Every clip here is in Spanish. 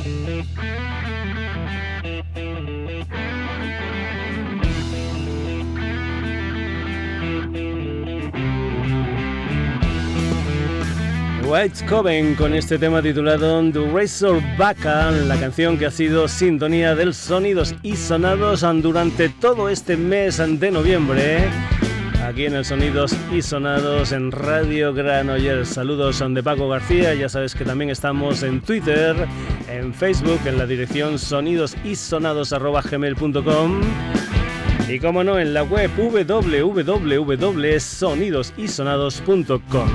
White Coven con este tema titulado The Razorback, la canción que ha sido sintonía del Sonidos y Sonados durante todo este mes de noviembre, aquí en el Sonidos y Sonados en Radio Granollers. Saludos de Paco García, ya sabes que también estamos en Twitter, en Facebook, en la dirección sonidosysonados@gmail.com y como no en la web www.sonidosysonados.com.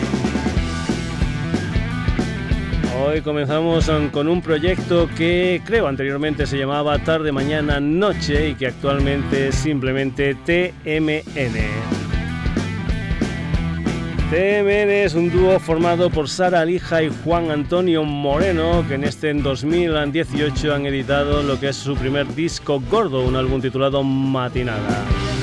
Hoy comenzamos con un proyecto que creo anteriormente se llamaba Tarde, Mañana, Noche y que actualmente es simplemente TMN. TMN es un dúo formado por Sara Alija y Juan Antonio Moreno, que en 2018 han editado lo que es su primer disco gordo, un álbum titulado Matinada.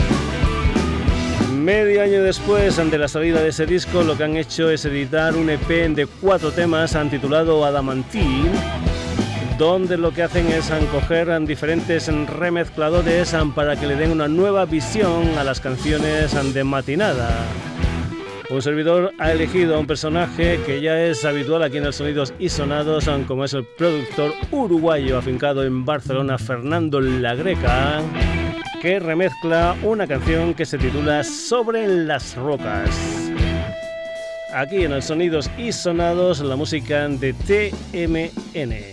Medio año después de la salida de ese disco, lo que han hecho es editar un EP de 4 temas titulado Adamantine, donde lo que hacen es coger diferentes remezcladores para que le den una nueva visión a las canciones de Matinada. Un servidor ha elegido a un personaje que ya es habitual aquí en el Sonidos y Sonados, como es el productor uruguayo afincado en Barcelona, Fernando La Greca, que remezcla una canción que se titula Sobre las rocas. Aquí en el Sonidos y Sonados, la música de TMN.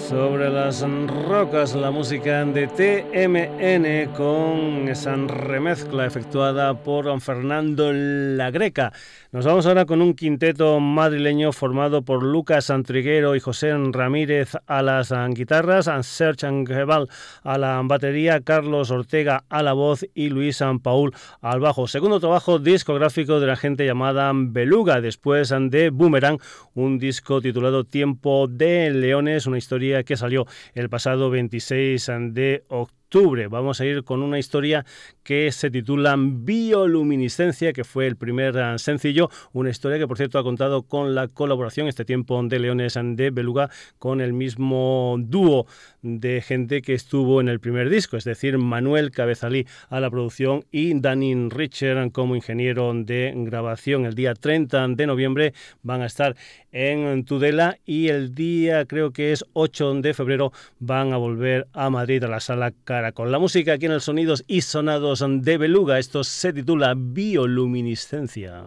Sobre las rocas, la música de TMN con esa remezcla efectuada por Fernando La Greca. Nos vamos ahora con un quinteto madrileño formado por Lucas Triguero y José Ramírez a las guitarras, Serge Gebal a la batería, Carlos Ortega a la voz y Luis Paul al bajo. Segundo trabajo discográfico de la gente llamada Beluga, después de Boomerang, un disco titulado Tiempo de Leones, una historia que salió el pasado 26 de octubre. Vamos a ir con una historia que se titula Bioluminiscencia, que fue el primer sencillo, una historia que por cierto ha contado con la colaboración este tiempo de Leones de Beluga con el mismo dúo de gente que estuvo en el primer disco, es decir, Manuel Cabezalí a la producción y Danny Richer como ingeniero de grabación. El día 30 de noviembre van a estar en Tudela y el día, creo que es 8 de febrero, van a volver a Madrid a la Sala Caracol. La música aquí en el Sonidos y Sonados de Beluga, esto se titula Bioluminiscencia.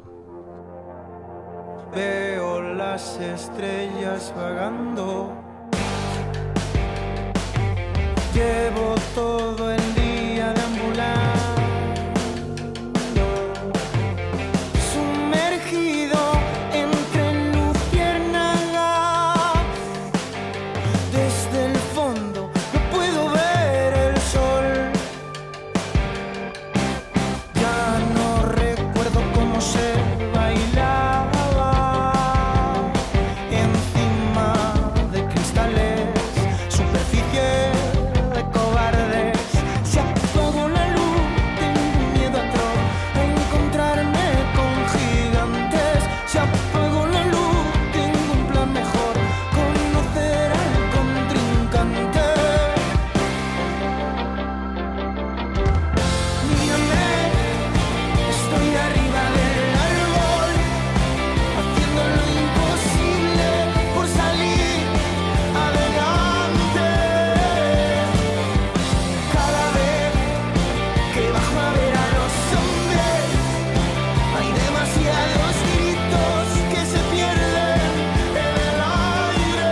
Veo las estrellas vagando, llevo todo el día deambulando, sumergido entre luciérnagas. Desde el fondo no puedo ver el sol. Ya no recuerdo cómo se bailaba encima de cristales, superficie de cobardes. Se apagó la luz, tengo miedo atroz a encontrarme con gigantes. Se apagó la luz, tengo un plan mejor, conocer al contrincante. Mírame, estoy arriba del árbol, haciendo lo imposible por salir adelante. Cada vez que bajo a ver a los hombres, hay demasiados gritos que se pierden en el aire.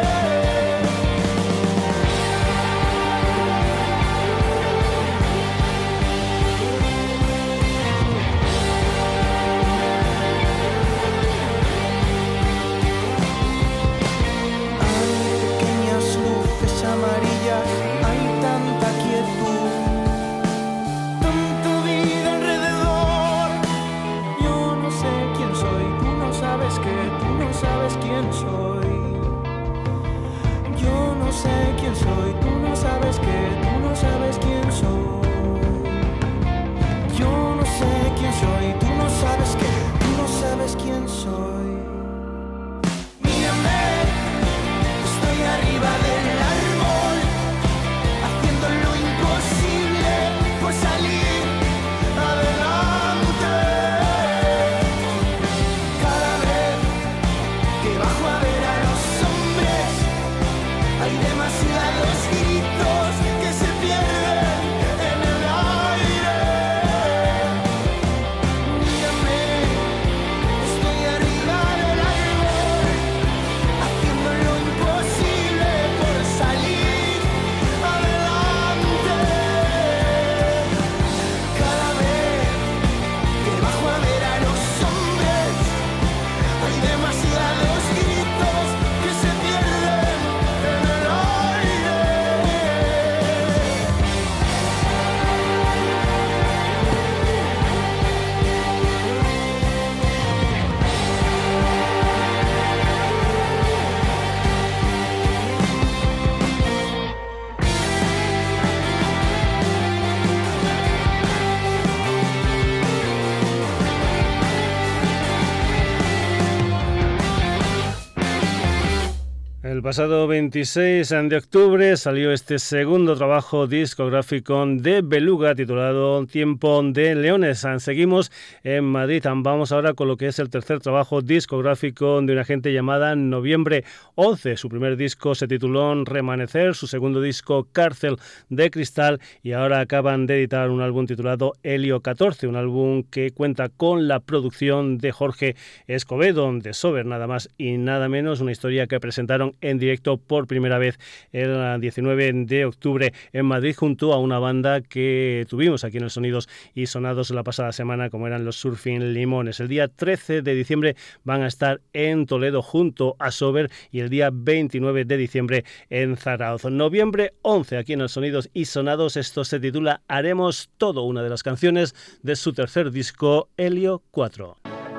Hay pequeñas luces amarillas, hay tanta quietud, tanta vida alrededor. Yo no sé quién soy, tú no sabes que tú no sabes quién soy. Yo no sé quién soy, tú no sabes que tú no sabes quién soy. Yo no sé quién soy, tú no sabes que tú no sabes quién soy. Mírame, estoy arriba del árbol, haciendo lo imposible por salir adelante. Cada vez que bajo a ver a los hombres, hay demasiados gritos que se pierden en el aire. Mírame, estoy arriba del árbol, haciendo lo imposible por salir adelante. Cada vez que bajo a ver a los hombres, hay demasiados gritos que se pierden en el aire. El pasado 26 de octubre salió este segundo trabajo discográfico de Beluga titulado Tiempo de Leones. Seguimos en Madrid. Vamos ahora con lo que es el tercer trabajo discográfico de una gente llamada Noviembre 11. Su primer disco se tituló Remanecer, su segundo disco Cárcel de Cristal y ahora acaban de editar un álbum titulado Helio 14, un álbum que cuenta con la producción de Jorge Escobedo de Sober, nada más y nada menos, una historia que presentaron en en directo por primera vez el 19 de octubre en Madrid junto a una banda que tuvimos aquí en el Sonidos y Sonados la pasada semana, como eran los Surfing Limones. El día 13 de diciembre van a estar en Toledo junto a Sober y el día 29 de diciembre en Zarauz. Noviembre 11 aquí en el Sonidos y Sonados. Esto se titula Haremos Todo, una de las canciones de su tercer disco Helio 4.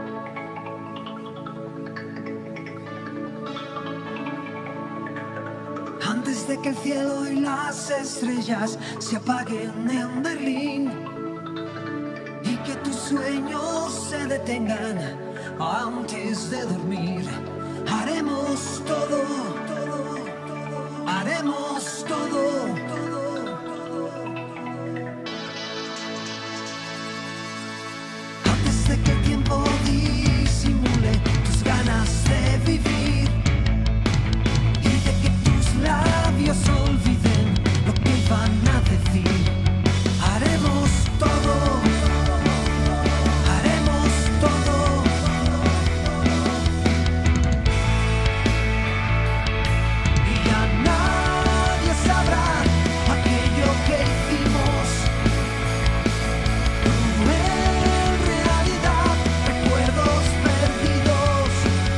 Antes de que el cielo y las estrellas se apaguen en Berlín y que tus sueños se detengan antes de dormir, haremos todo, haremos todo. Antes de que el tiempo disimule tus ganas de vivir y de que tus labios olviden lo que van a decir, haremos todo, haremos todo. Y ya nadie sabrá aquello que hicimos. En realidad, recuerdos perdidos.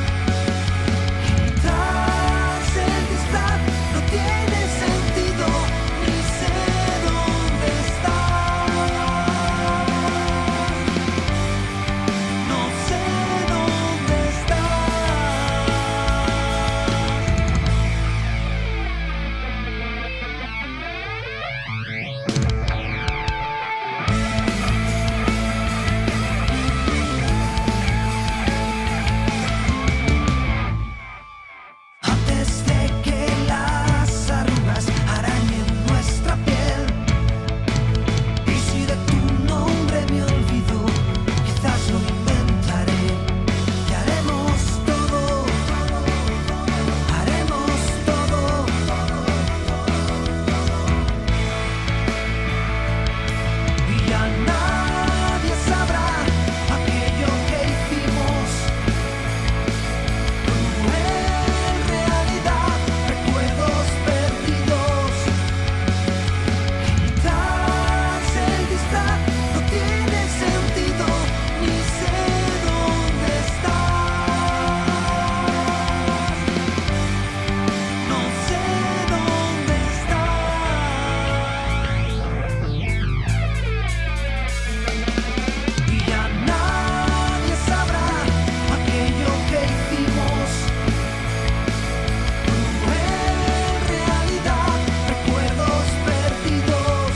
Quitarse el disfraz no tiene sentido, ni sé dónde está. No sé dónde está. Antes de que las arrugas arañen nuestra piel, y si de tu nombre me olvido, quizás lo inventaré. Y haremos todo, haremos todo. Y ya nadie sabrá aquello que hicimos. En realidad, recuerdos perdidos. Quitarse el disfraz no tiene sentido, ni sé dónde está. No sé dónde está. Y ya nadie sabrá aquello que hicimos. En realidad, recuerdos perdidos.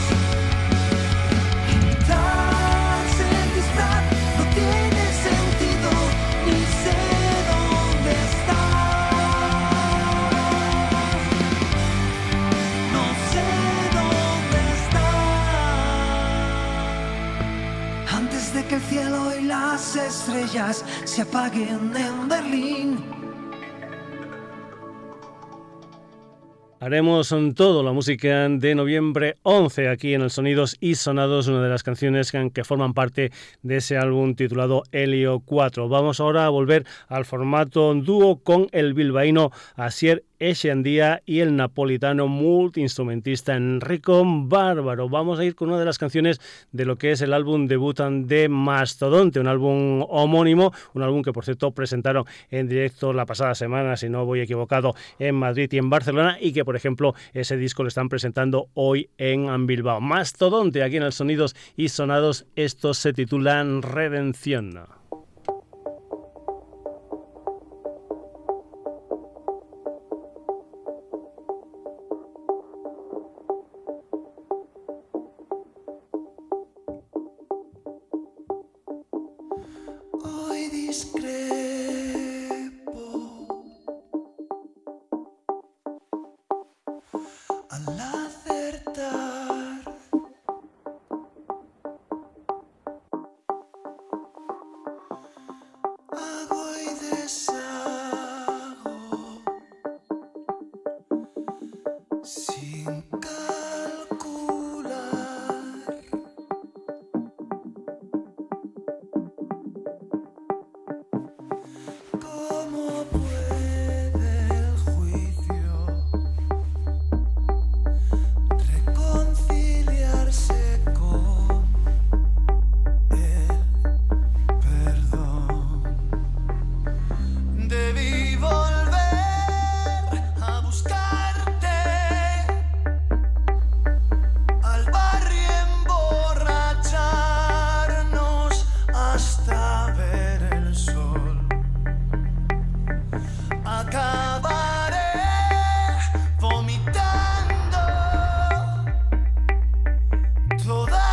Quitarse el disfraz no tiene sentido, ni sé dónde está. No sé dónde está. Antes de que el cielo y las estrellas se apaguen en Berlín. Haremos todo, la música de noviembre 11 aquí en el Sonidos y Sonados, una de las canciones que forman parte de ese álbum titulado Helio 4. Vamos ahora a volver al formato dúo con el bilbaíno Asier Echeandía y el napolitano multiinstrumentista Enrico Bárbaro. Vamos a ir con una de las canciones de lo que es el álbum debut de Mastodonte, un álbum homónimo, un álbum que por cierto presentaron en directo la pasada semana, si no voy equivocado, en Madrid y en Barcelona, y que por ejemplo ese disco lo están presentando hoy en Bilbao. Mastodonte aquí en el Sonidos y Sonados, estos se titulan Redención. Hoy discrepo al acertar. Hago y deshago sin calcular.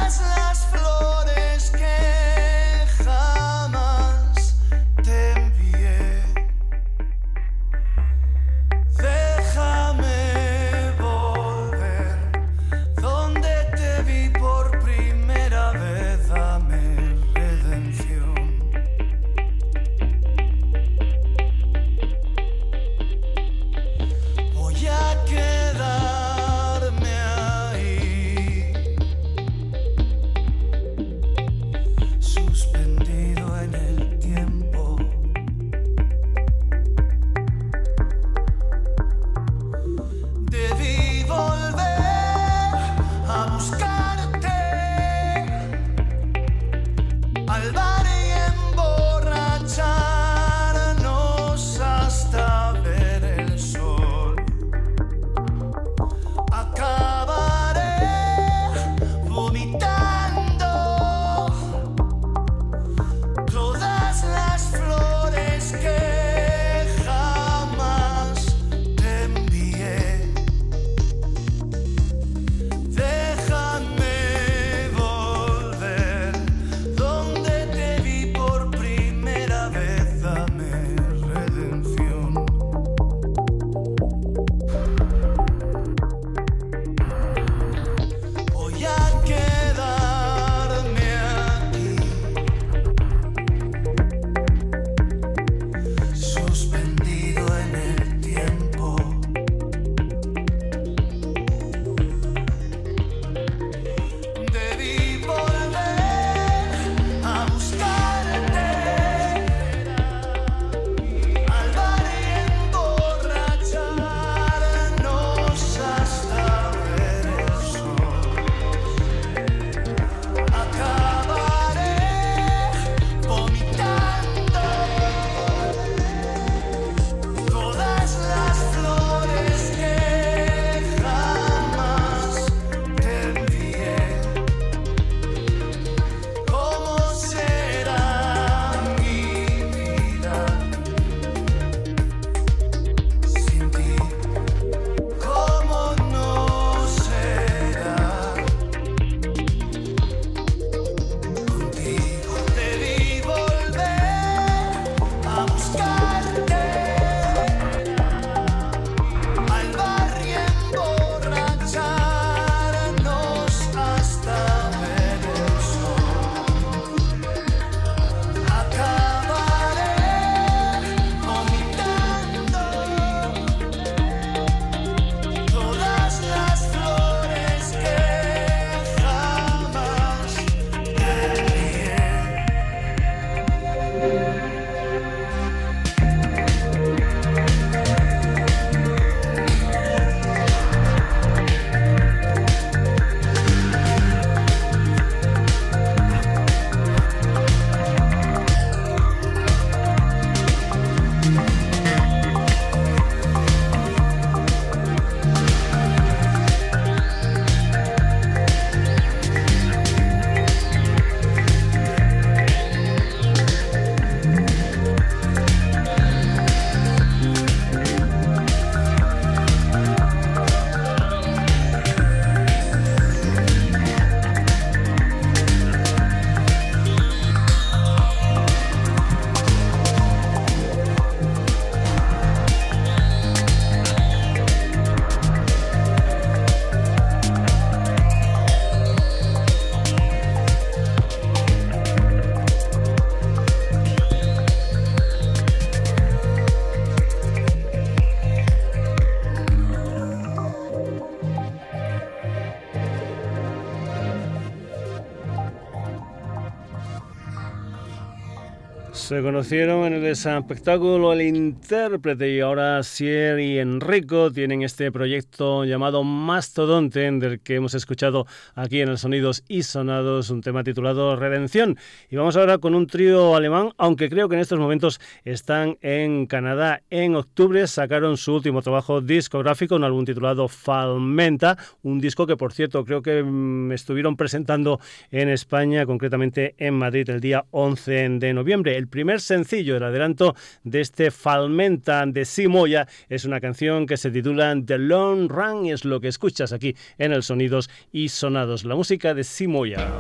Se conocieron en el espectáculo El Intérprete y ahora Sier y Enrico tienen este proyecto llamado Mastodonte, del que hemos escuchado aquí en el Sonidos y Sonados un tema titulado Redención. Y vamos ahora con un trío alemán, aunque creo que en estos momentos están en Canadá. En octubre sacaron su último trabajo discográfico, un álbum titulado Falmenta, un disco que por cierto creo que estuvieron presentando en España, concretamente en Madrid el día 11 de noviembre. El primer sencillo, el adelanto de este Falmenta de Simoya, es una canción que se titula The Long Run y es lo que escuchas aquí en el Sonidos y Sonados, la música de Simoya.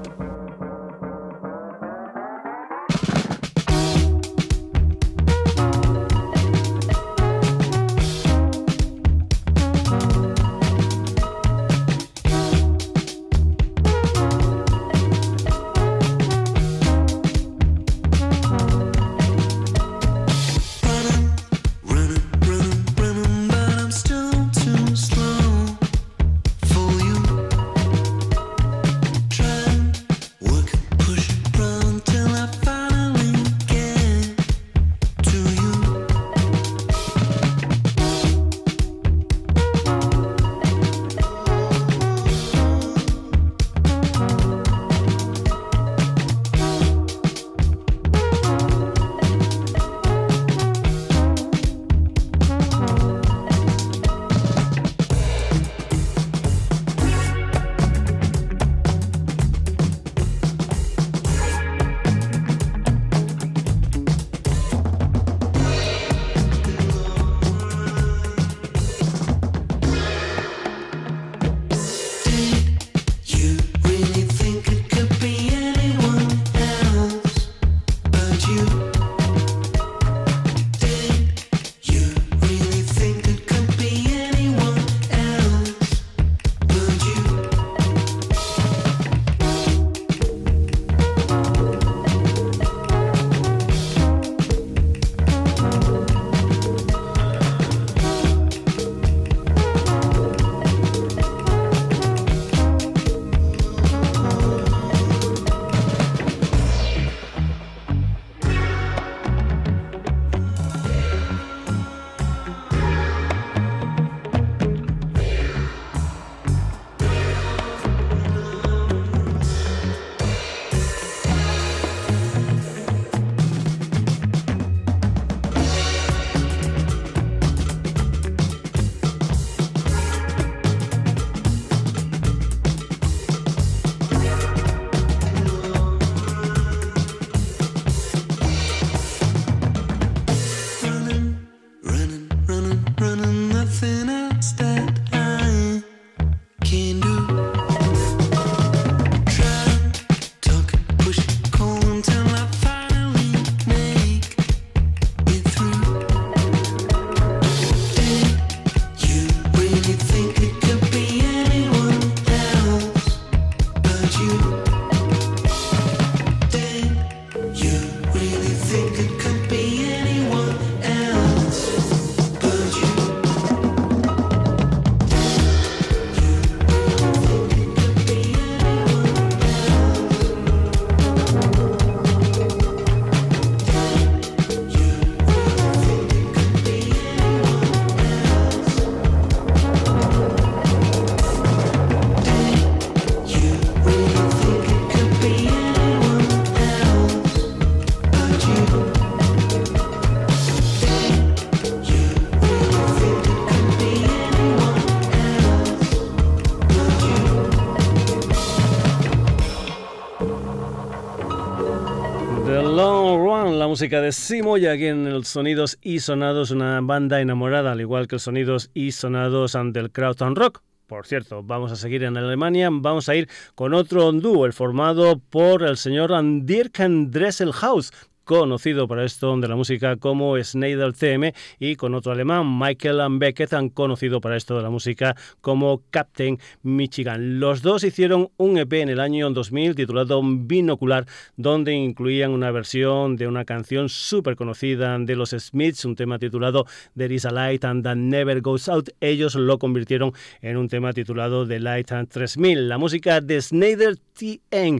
Música de Simoya aquí en el Sonidos y Sonados, una banda enamorada, al igual que el Sonidos y Sonados del Krautrock Rock. Por cierto, vamos a seguir en Alemania, vamos a ir con otro dúo, el formado por el señor Dirk Dresselhaus, conocido para esto de la música como Schneider TM, y con otro alemán, Michael Beckett, conocido para esto de la música como Captain Michigan. Los dos hicieron un EP en el año 2000 titulado Binocular, donde incluían una versión de una canción súper conocida de los Smiths, un tema titulado There is a Light and That Never Goes Out. Ellos lo convirtieron en un tema titulado The Light and 3000. La música de Schneider TM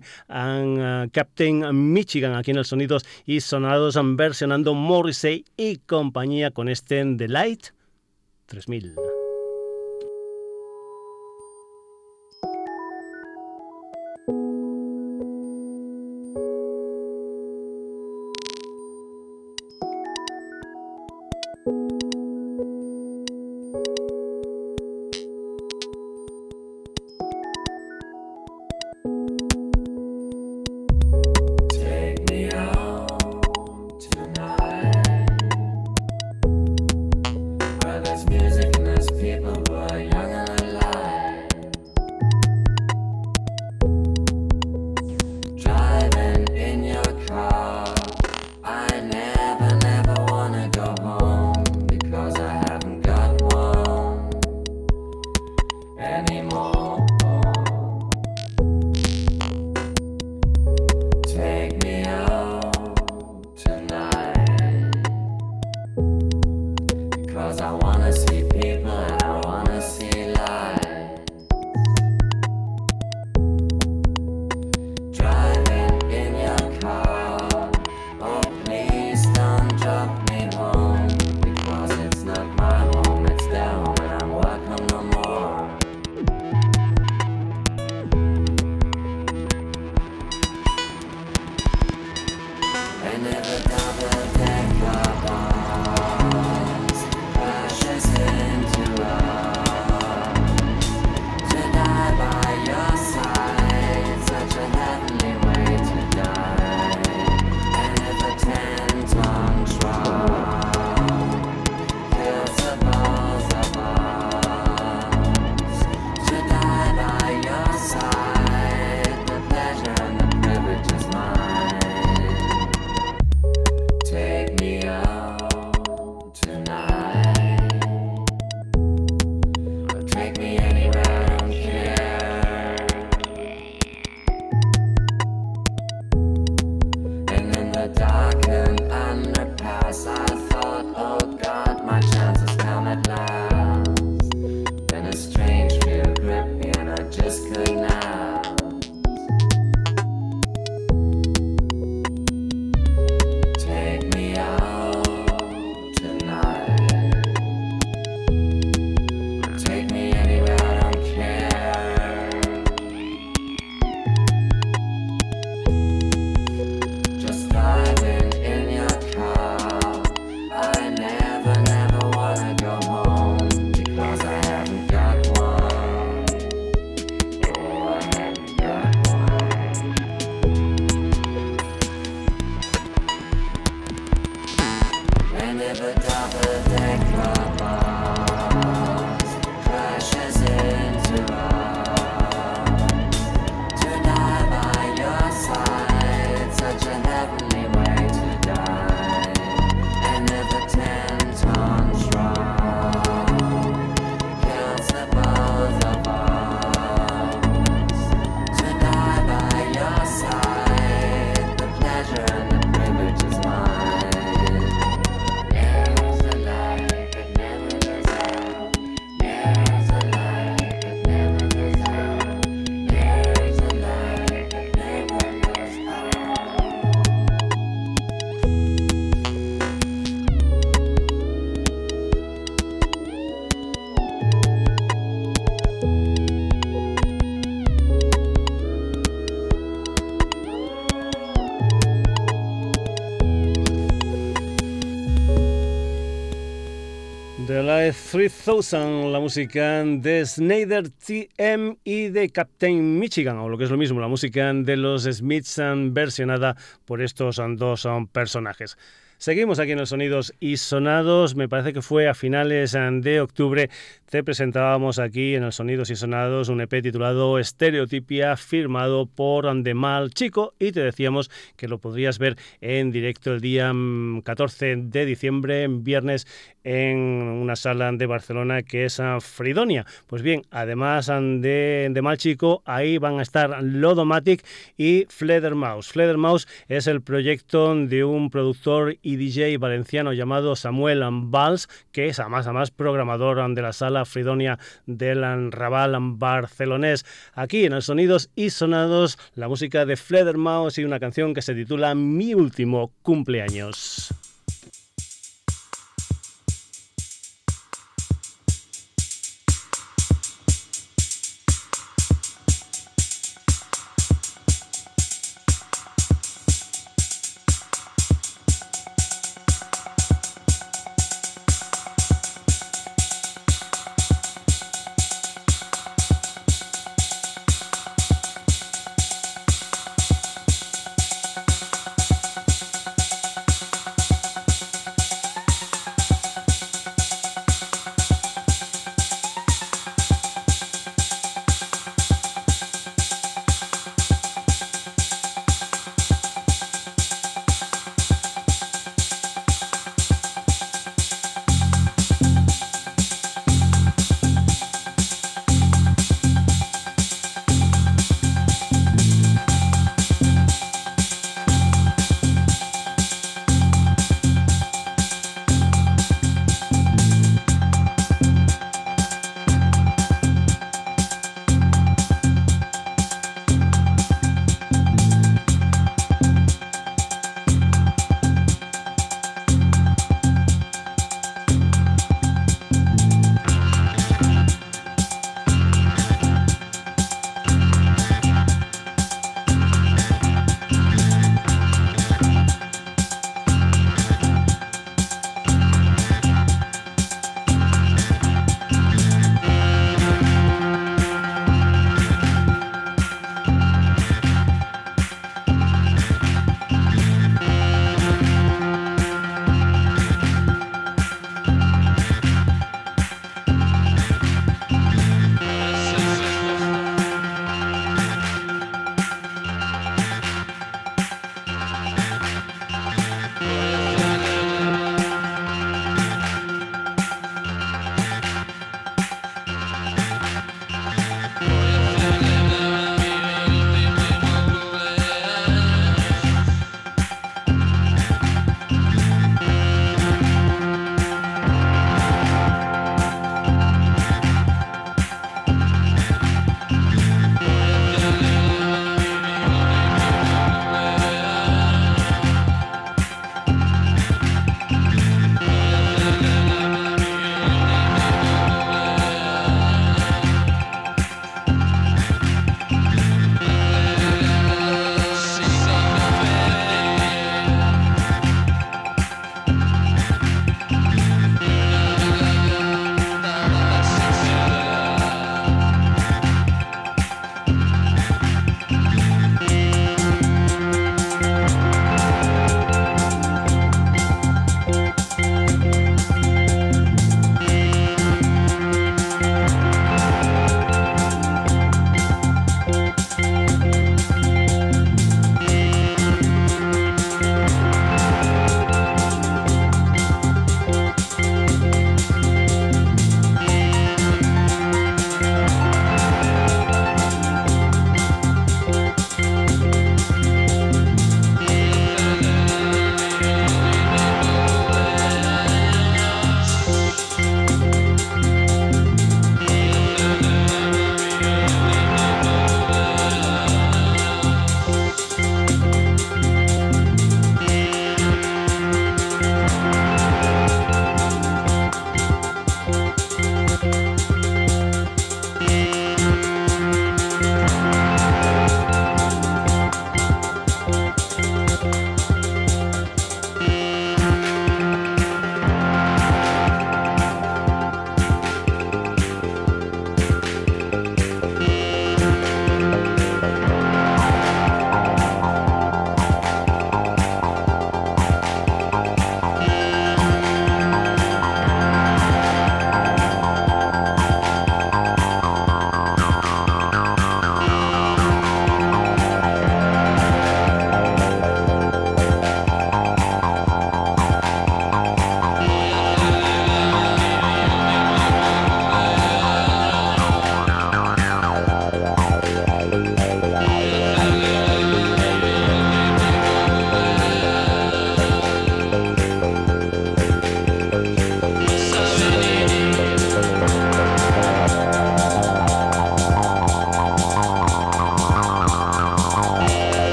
and Captain Michigan aquí en el Sonidos y Sonados, versionando Morrissey y compañía con este The Light 3000. The Live 3000, la música de Snyder TM y de Captain Michigan, o lo que es lo mismo, la música de los Smiths versionada por estos dos personajes. Seguimos aquí en los Sonidos y Sonados. Me parece que fue a finales de octubre. Te presentábamos aquí en el Sonidos y Sonados un EP titulado Estereotipia, firmado por The Mal Chico, y te decíamos que lo podrías ver en directo el día 14 de diciembre, viernes, en una sala de Barcelona que es Fridonia. Pues bien, además de Mal Chico, ahí van a estar Lodomatic y Fledermaus. Fledermaus es el proyecto de un productor y DJ valenciano llamado Samuel Valls, que es además programador de la sala Fridonia del Raval barcelonés. Aquí en el Sonidos y Sonados, la música de Fledermaus y una canción que se titula Mi último cumpleaños.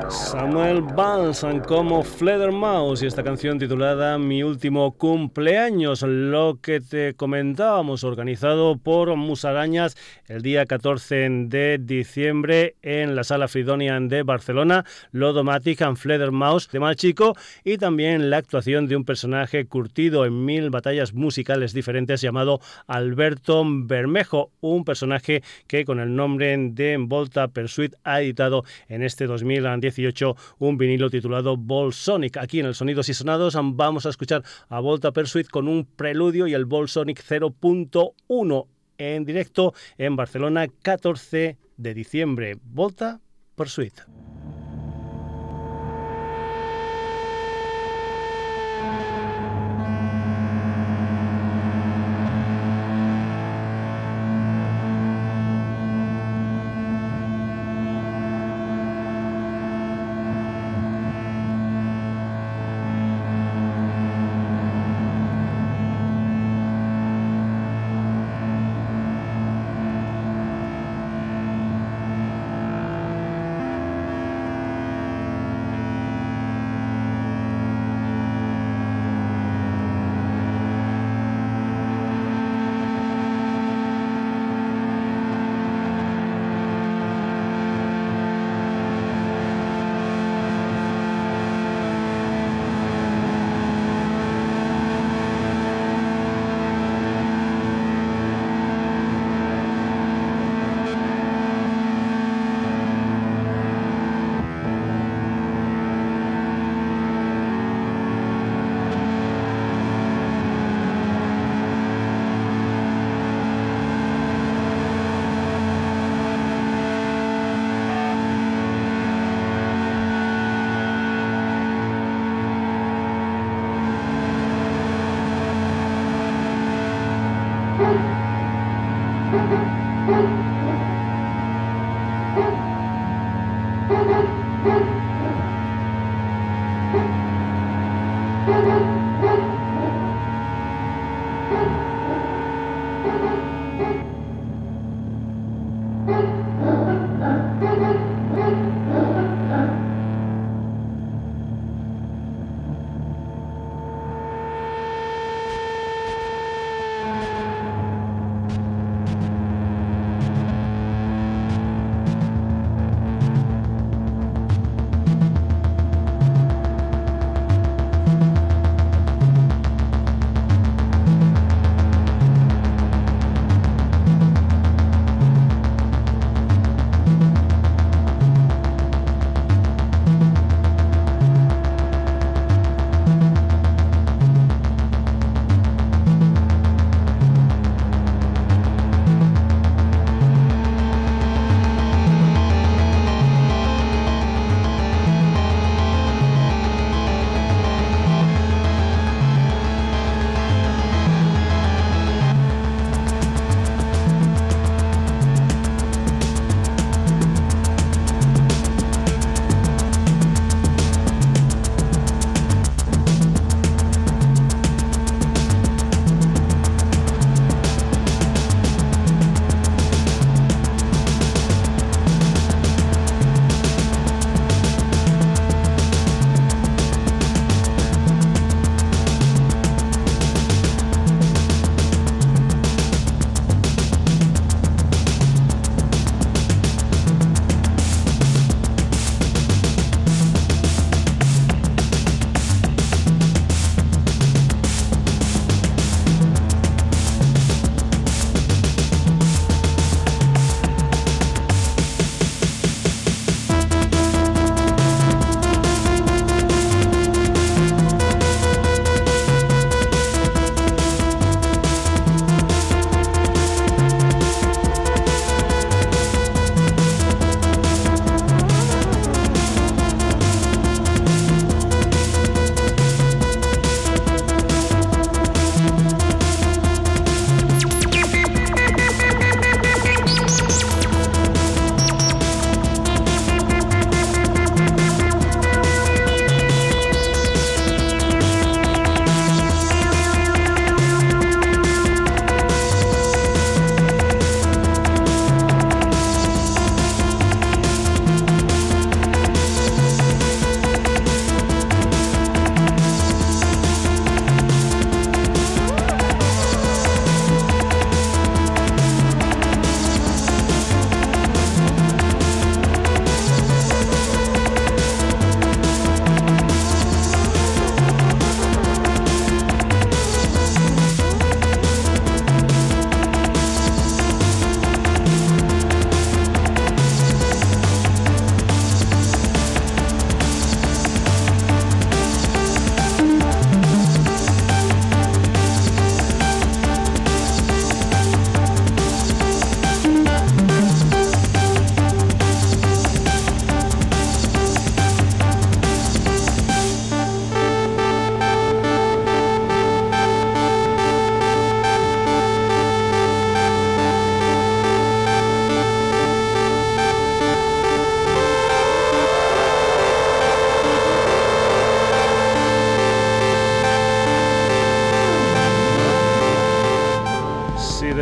Samuel Balsam como Fledermaus y esta canción titulada Mi último cumpleaños, lo que te comentábamos, organizado por Musarañas el día 14 de diciembre en la Sala Fridonian de Barcelona, Lodomatic and Fledermaus de Malchico, y también la actuación de un personaje curtido en 1000 batallas musicales diferentes llamado Alberto Bermejo, un personaje que con el nombre de Volta Pursuit ha editado en este 2018 un vinilo titulado Volsonic. Aquí en el Sonidos y Sonados vamos a escuchar a Volta Pursuit con un preludio y el Volsonic 0.1 en directo en Barcelona 14 de diciembre. Volta Pursuit.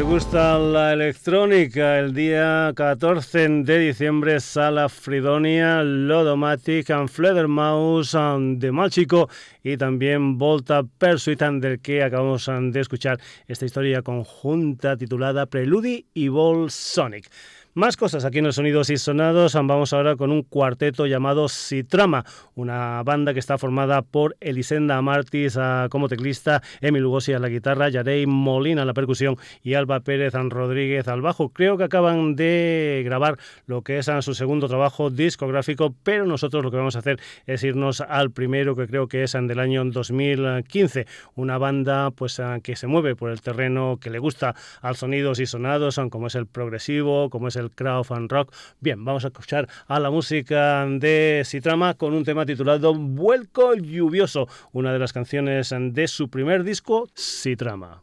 gusta la electrónica, el día 14 de diciembre, Sala Fridonia, Lodomatic, Fledermaus, de Malchico y también Volta Pursuit, del que acabamos de escuchar esta historia conjunta titulada Prelude y Vol Sonic. Más cosas aquí en los Sonidos y Sonados. Vamos ahora con un cuarteto llamado Sitrama, una banda que está formada por Elisenda Amartis como teclista, Emi Lugosi a la guitarra, Yarey Molina a la percusión y Alba Pérez Rodríguez al bajo. Creo que acaban de grabar lo que es su segundo trabajo discográfico, pero nosotros lo que vamos a hacer es irnos al primero, que creo que es del año 2015. Una banda pues que se mueve por el terreno que le gusta al Sonidos y Sonados, como es el progresivo, como es el crowd and rock. Bien, vamos a escuchar a la música de Sitrama con un tema titulado Vuelco Lluvioso, una de las canciones de su primer disco, Sitrama.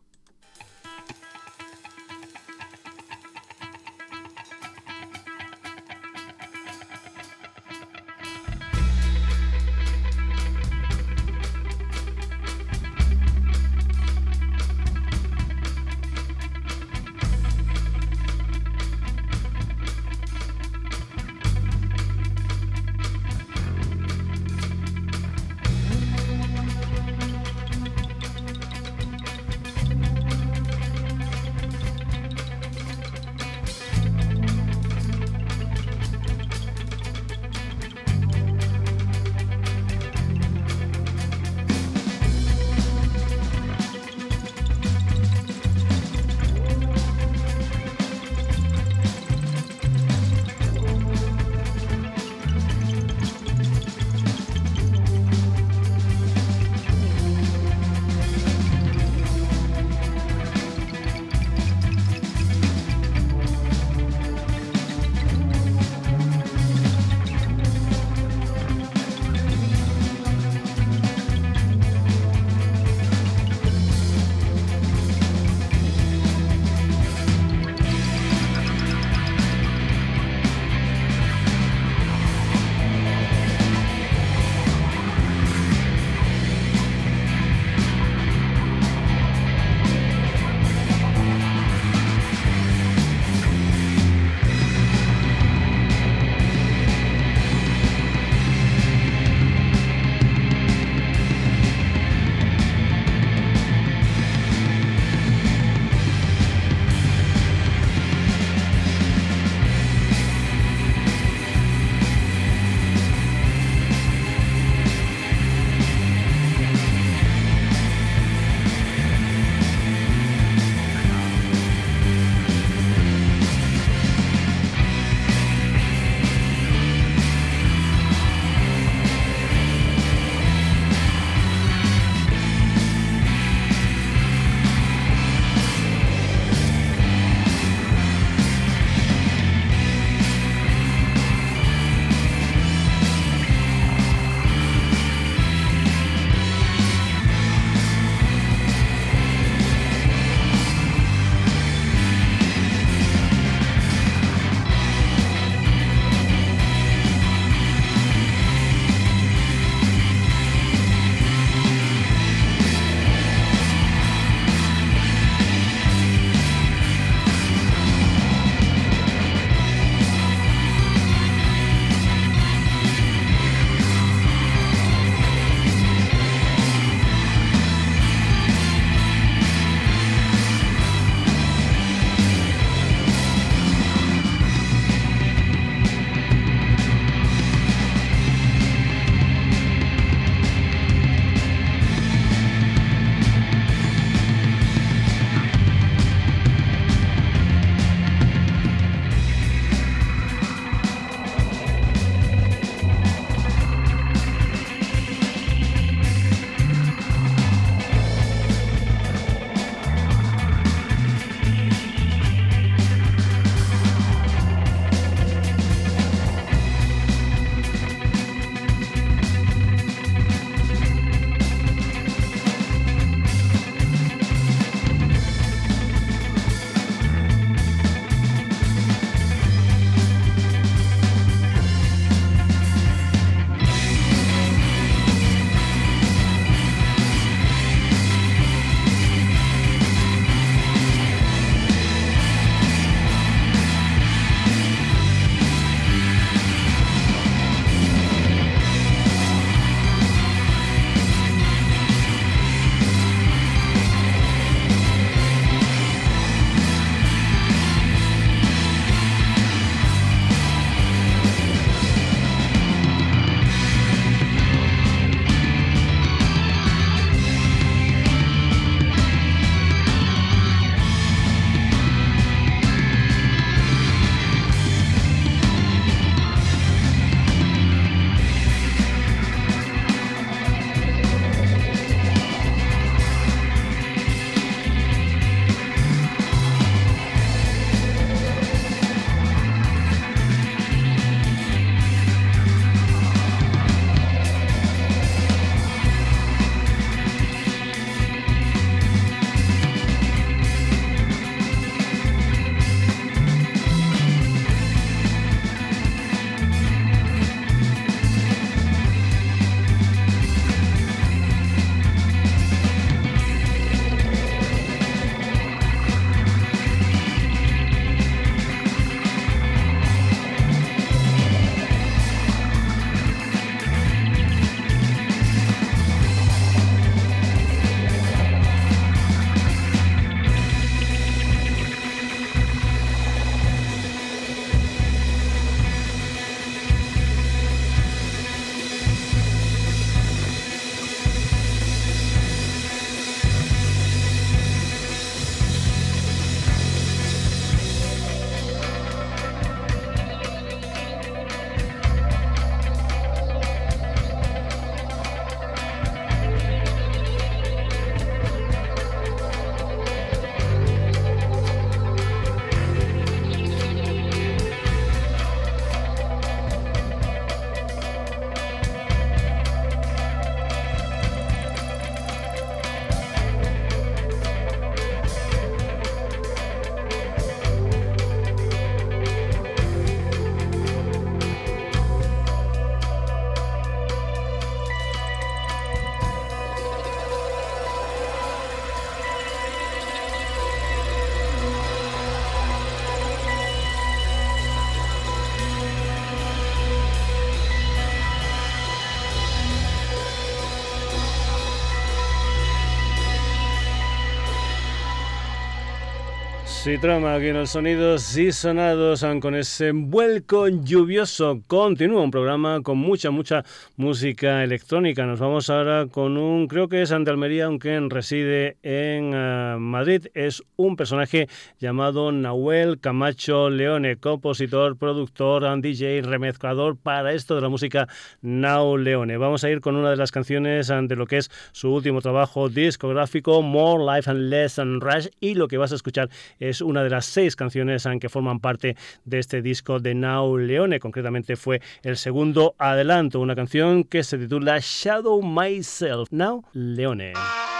Sí, trama aquí en los sonidos y sonados con ese vuelco lluvioso. Continúa un programa con mucha música electrónica. Nos vamos ahora con creo que es de Almería, aunque reside en Madrid. Es un personaje llamado Nahuel Camacho Leone, compositor, productor, DJ, remezclador para esto de la música Now Leone. Vamos a ir con una de las canciones de lo que es su último trabajo discográfico, More Life and Less and Rush, y lo que vas a escuchar es una de las 6 canciones que forman parte de este disco de Now Leone. Concretamente fue el segundo adelanto, una canción que se titula Shadow Myself, Now Leone.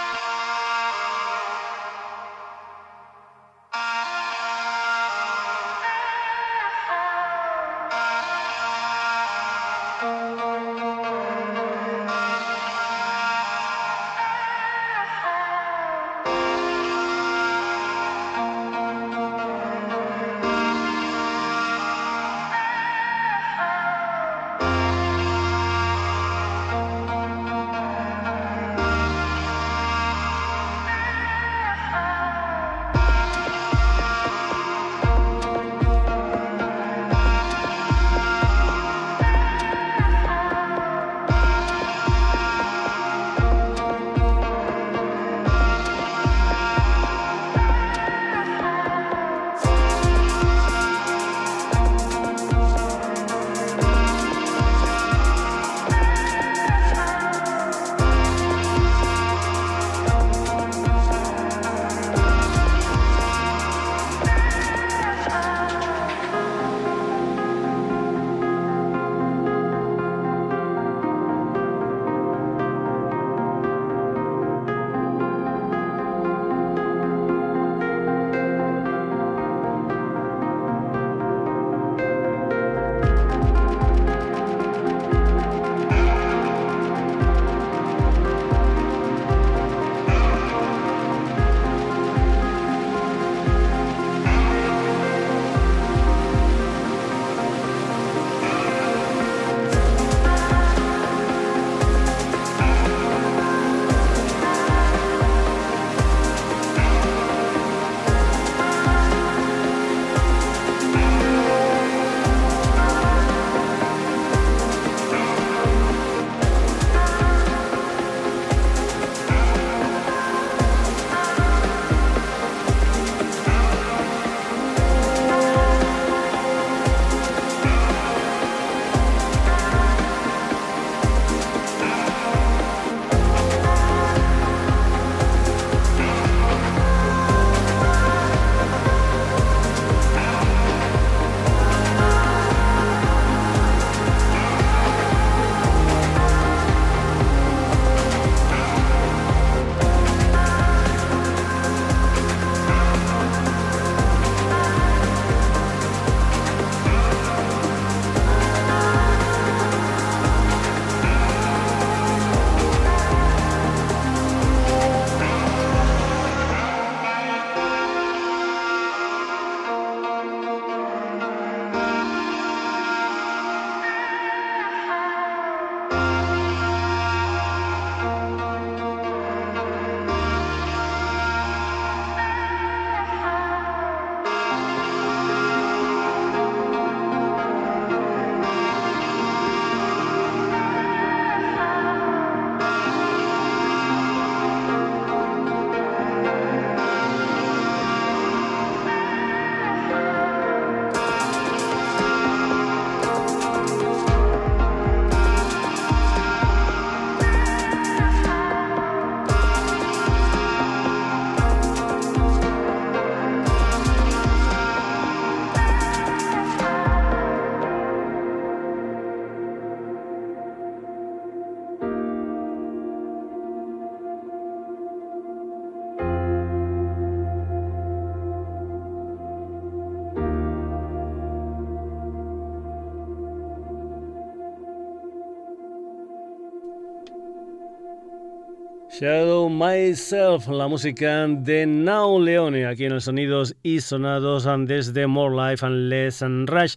Shadow Myself, la música de Now Leone, aquí en los sonidos y sonados desde More Life and Less and Rush.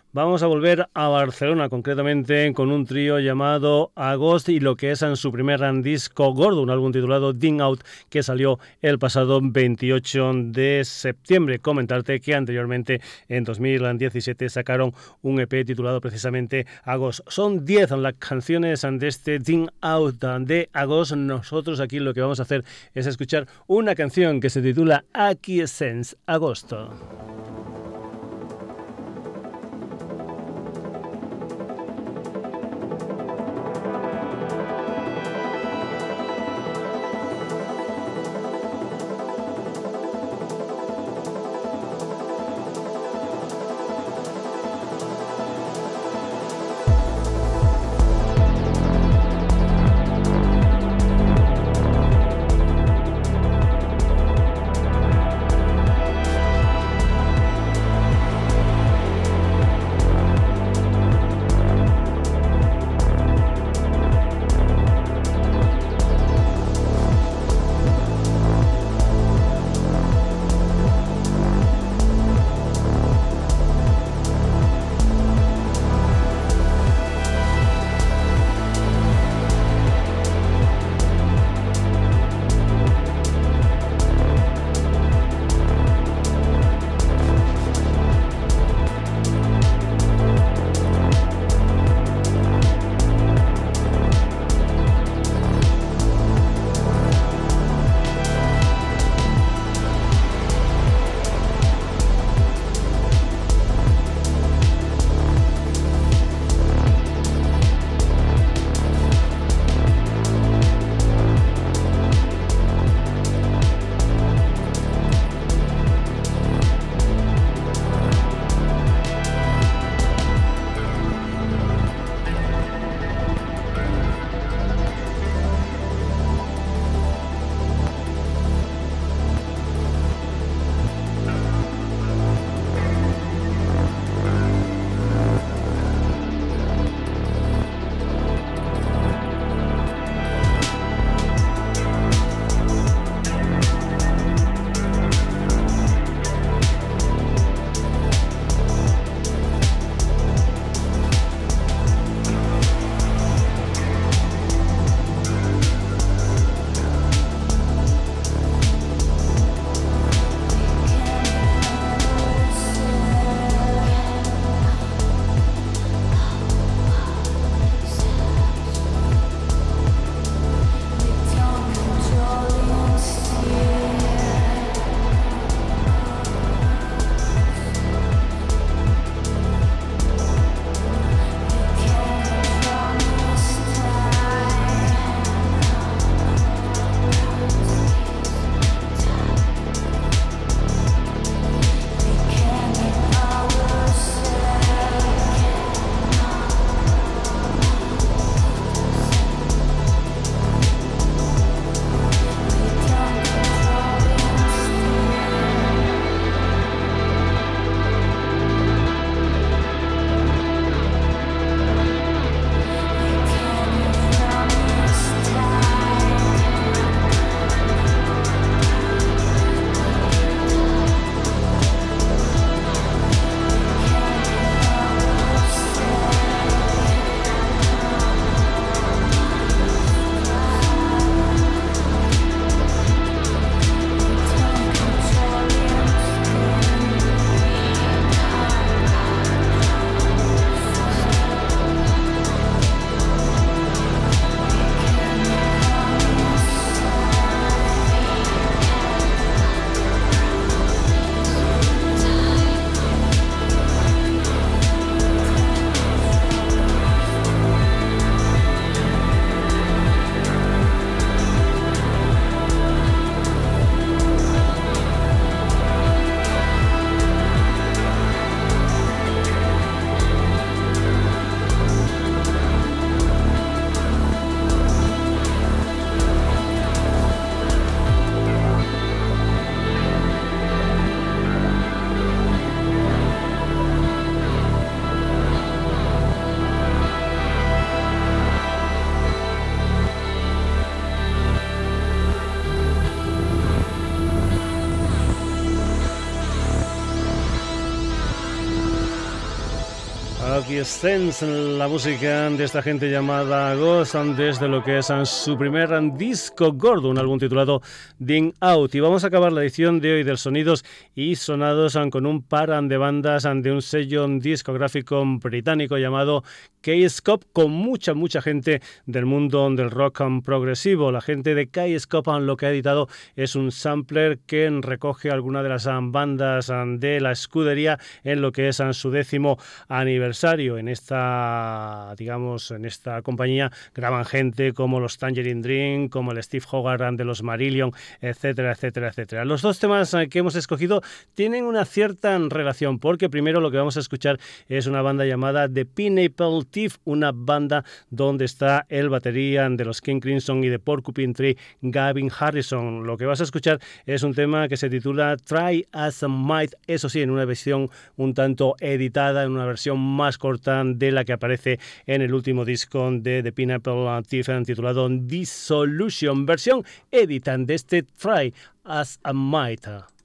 Vamos a volver a Barcelona, concretamente con un trío llamado Agost y lo que es en su primer disco gordo, un álbum titulado Ding Out, que salió el pasado 28 de septiembre. Comentarte que anteriormente, en 2017, sacaron un EP titulado precisamente Agost. Son 10 las canciones de este Ding Out de Agost. Nosotros aquí lo que vamos a hacer es escuchar una canción que se titula Acquiescence Agosto. Big Sense, la música de esta gente llamada Ghost, desde lo que es su primer disco gordo, un álbum titulado Ding Out. Y vamos a acabar la edición de hoy del Sonidos y Sonados con un par de bandas de un sello discográfico británico llamado Keyscope, con mucha gente del mundo del rock progresivo. La gente de Keyscope lo que ha editado es un sampler que recoge algunas de las bandas de la escudería en lo que es su 10º aniversario. En esta, digamos, en esta compañía graban gente como los Tangerine Dream, como el Steve Hogarth de los Marillion, etcétera, etcétera, etcétera. Los dos temas que hemos escogido tienen una cierta relación, porque primero lo que vamos a escuchar es una banda llamada The Pineapple Thief, una banda donde está el batería de los King Crimson y de Porcupine Tree, Gavin Harrison. Lo que vas a escuchar es un tema que se titula Try As I Might, eso sí, en una versión un tanto editada, en una versión más corta de la que aparece en el último disco de The Pineapple Thief, titulado Dissolution, versión editada de este Try As I Might.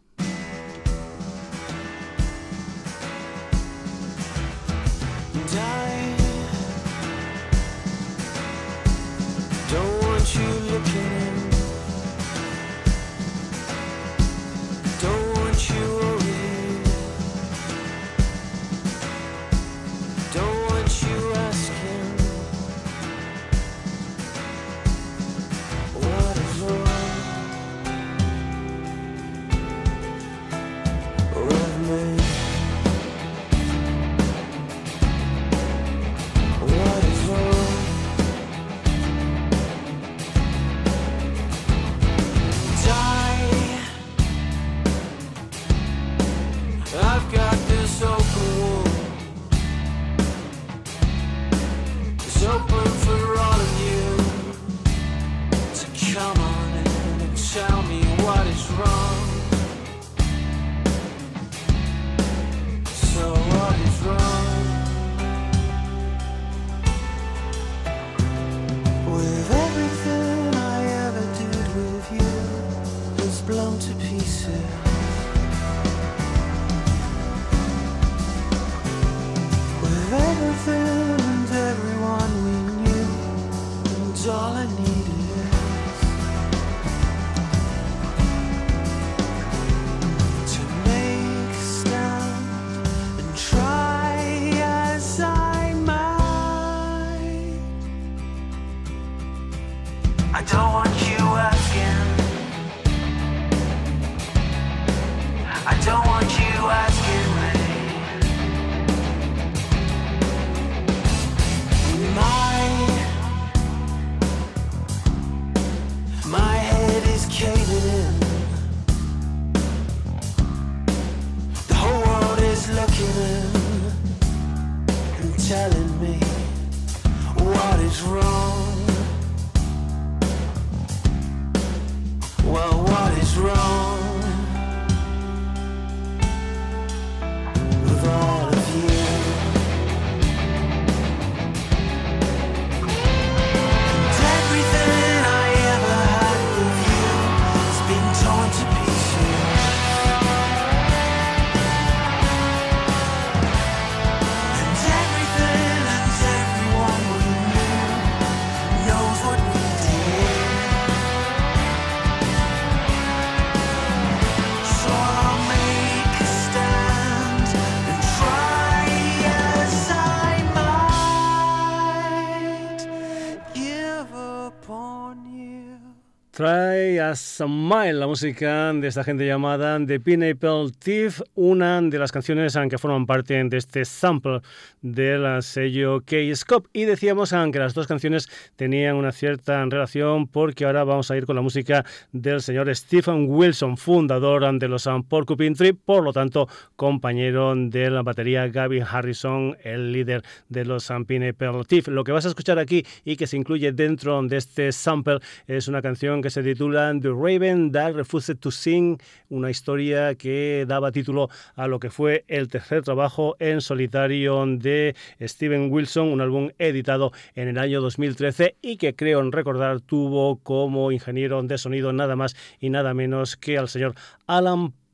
Try As I Might, la música de esta gente llamada The Pineapple Thief, una de las canciones que forman parte de este sample del sello Keyscope. Y decíamos que las dos canciones tenían una cierta relación, porque ahora vamos a ir con la música del señor Stephen Wilson, fundador de los Porcupine Tree, por lo tanto compañero de la batería Gavin Harrison, el líder de los Pineapple Thief. Lo que vas a escuchar aquí y que se incluye dentro de este sample es una canción que se titula The Raven That Refused to Sing, una historia que daba título a lo que fue el tercer trabajo en solitario de Steven Wilson, un álbum editado en el año 2013 y que creo recordar tuvo como ingeniero de sonido nada más y nada menos que al señor Alan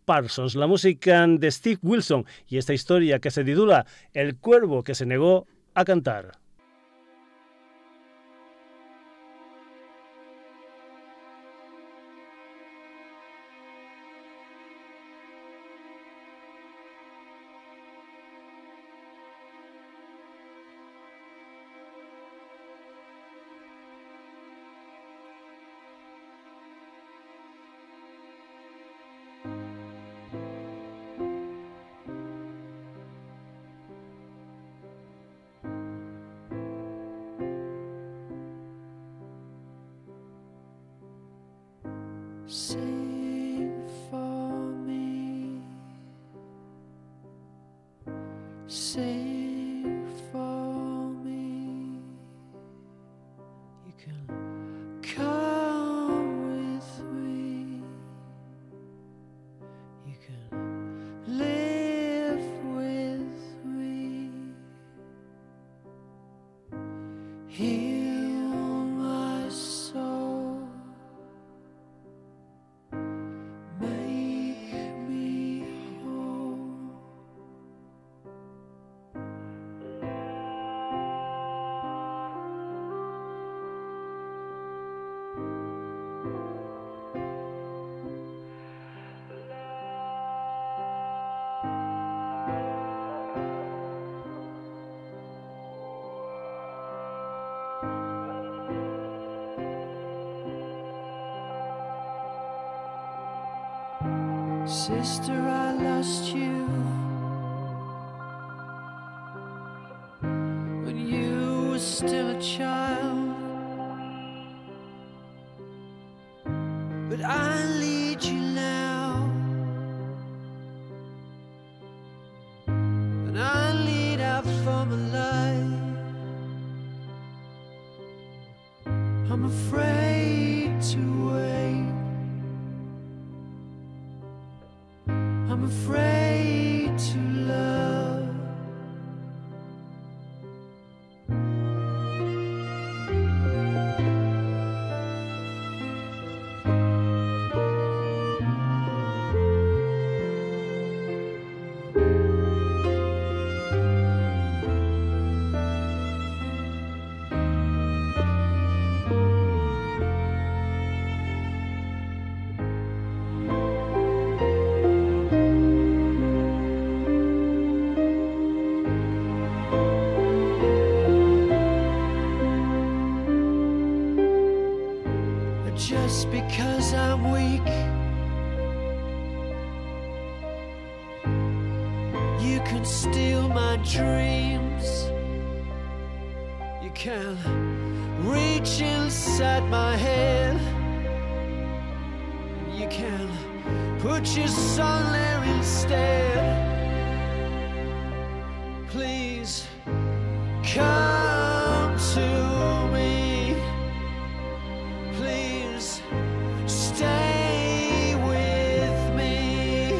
Parsons, la música de Steve Wilson y esta historia que se titula El cuervo que se negó a cantar. Sing for me, sing for me. You can come with me, you can live with me. Heal my soul. Make me whole. Sister, I lost you when you were still a child, but I lead you now, and I lead out for my life. I'm afraid to wait, I'm afraid to love. Just because I'm weak, you can steal my dreams. You can reach inside my head. You can put your song there instead. Please come to me. Please stay with me.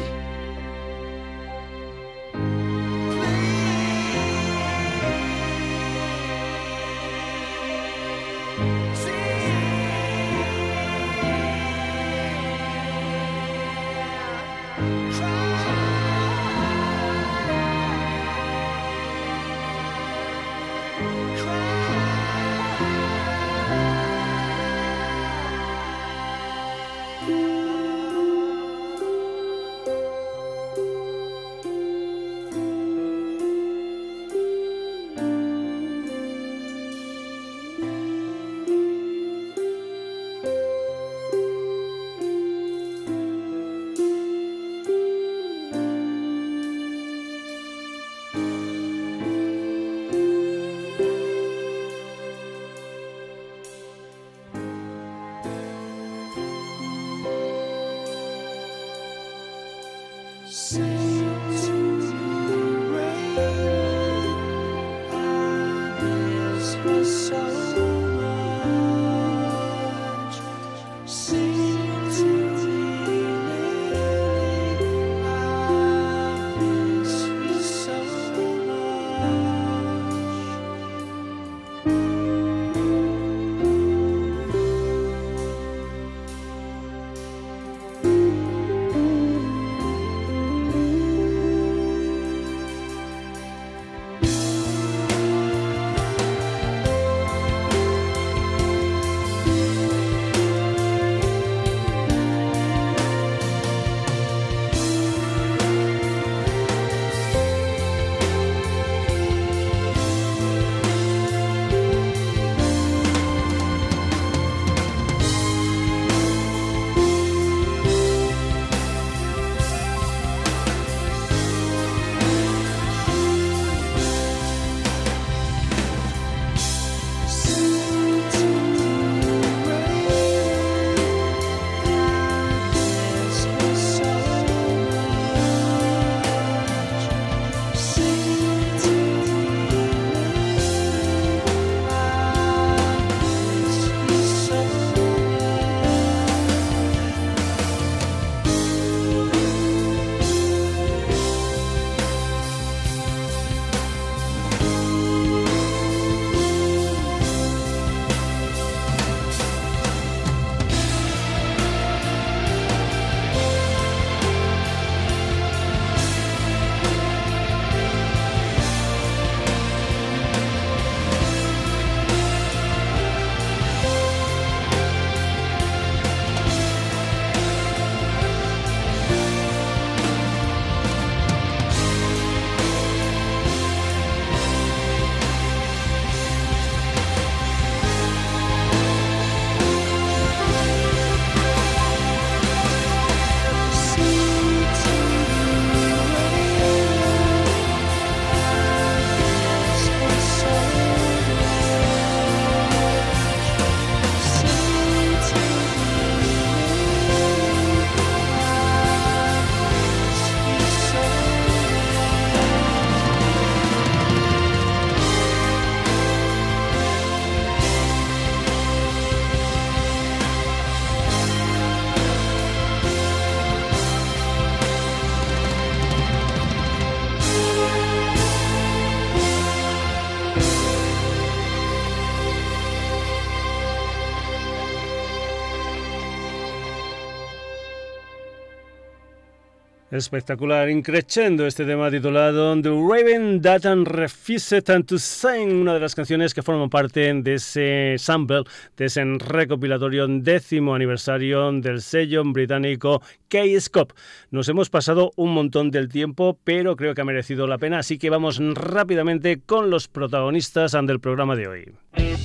Espectacular, increchendo este tema titulado The Raven That Refused to Sing, una de las canciones que forman parte de ese sample, de ese recopilatorio 10º aniversario del sello británico Kscope. Nos hemos pasado un montón del tiempo, pero creo que ha merecido la pena, así que vamos rápidamente con los protagonistas del programa de hoy.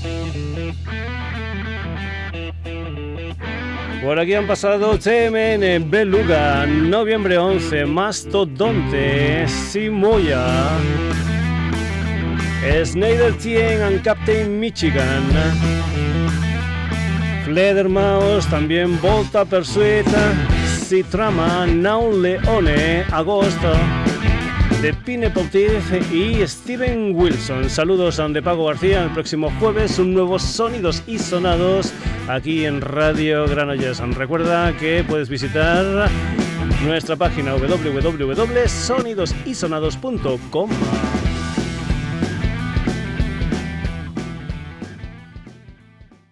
Por aquí han pasado TMN, Beluga, Noviembre 11, Mastodonte, Simoya, Snyder Tien and Captain Michigan, Fledermaus, también Volta Persueta, Citrama, Now Leone, Agosto, de Pineapple Teeth y Steven Wilson. Saludos a De Paco García. El próximo jueves un nuevo Sonidos y Sonados aquí en Radio Granollers. Recuerda que puedes visitar nuestra página www.sonidosysonados.com.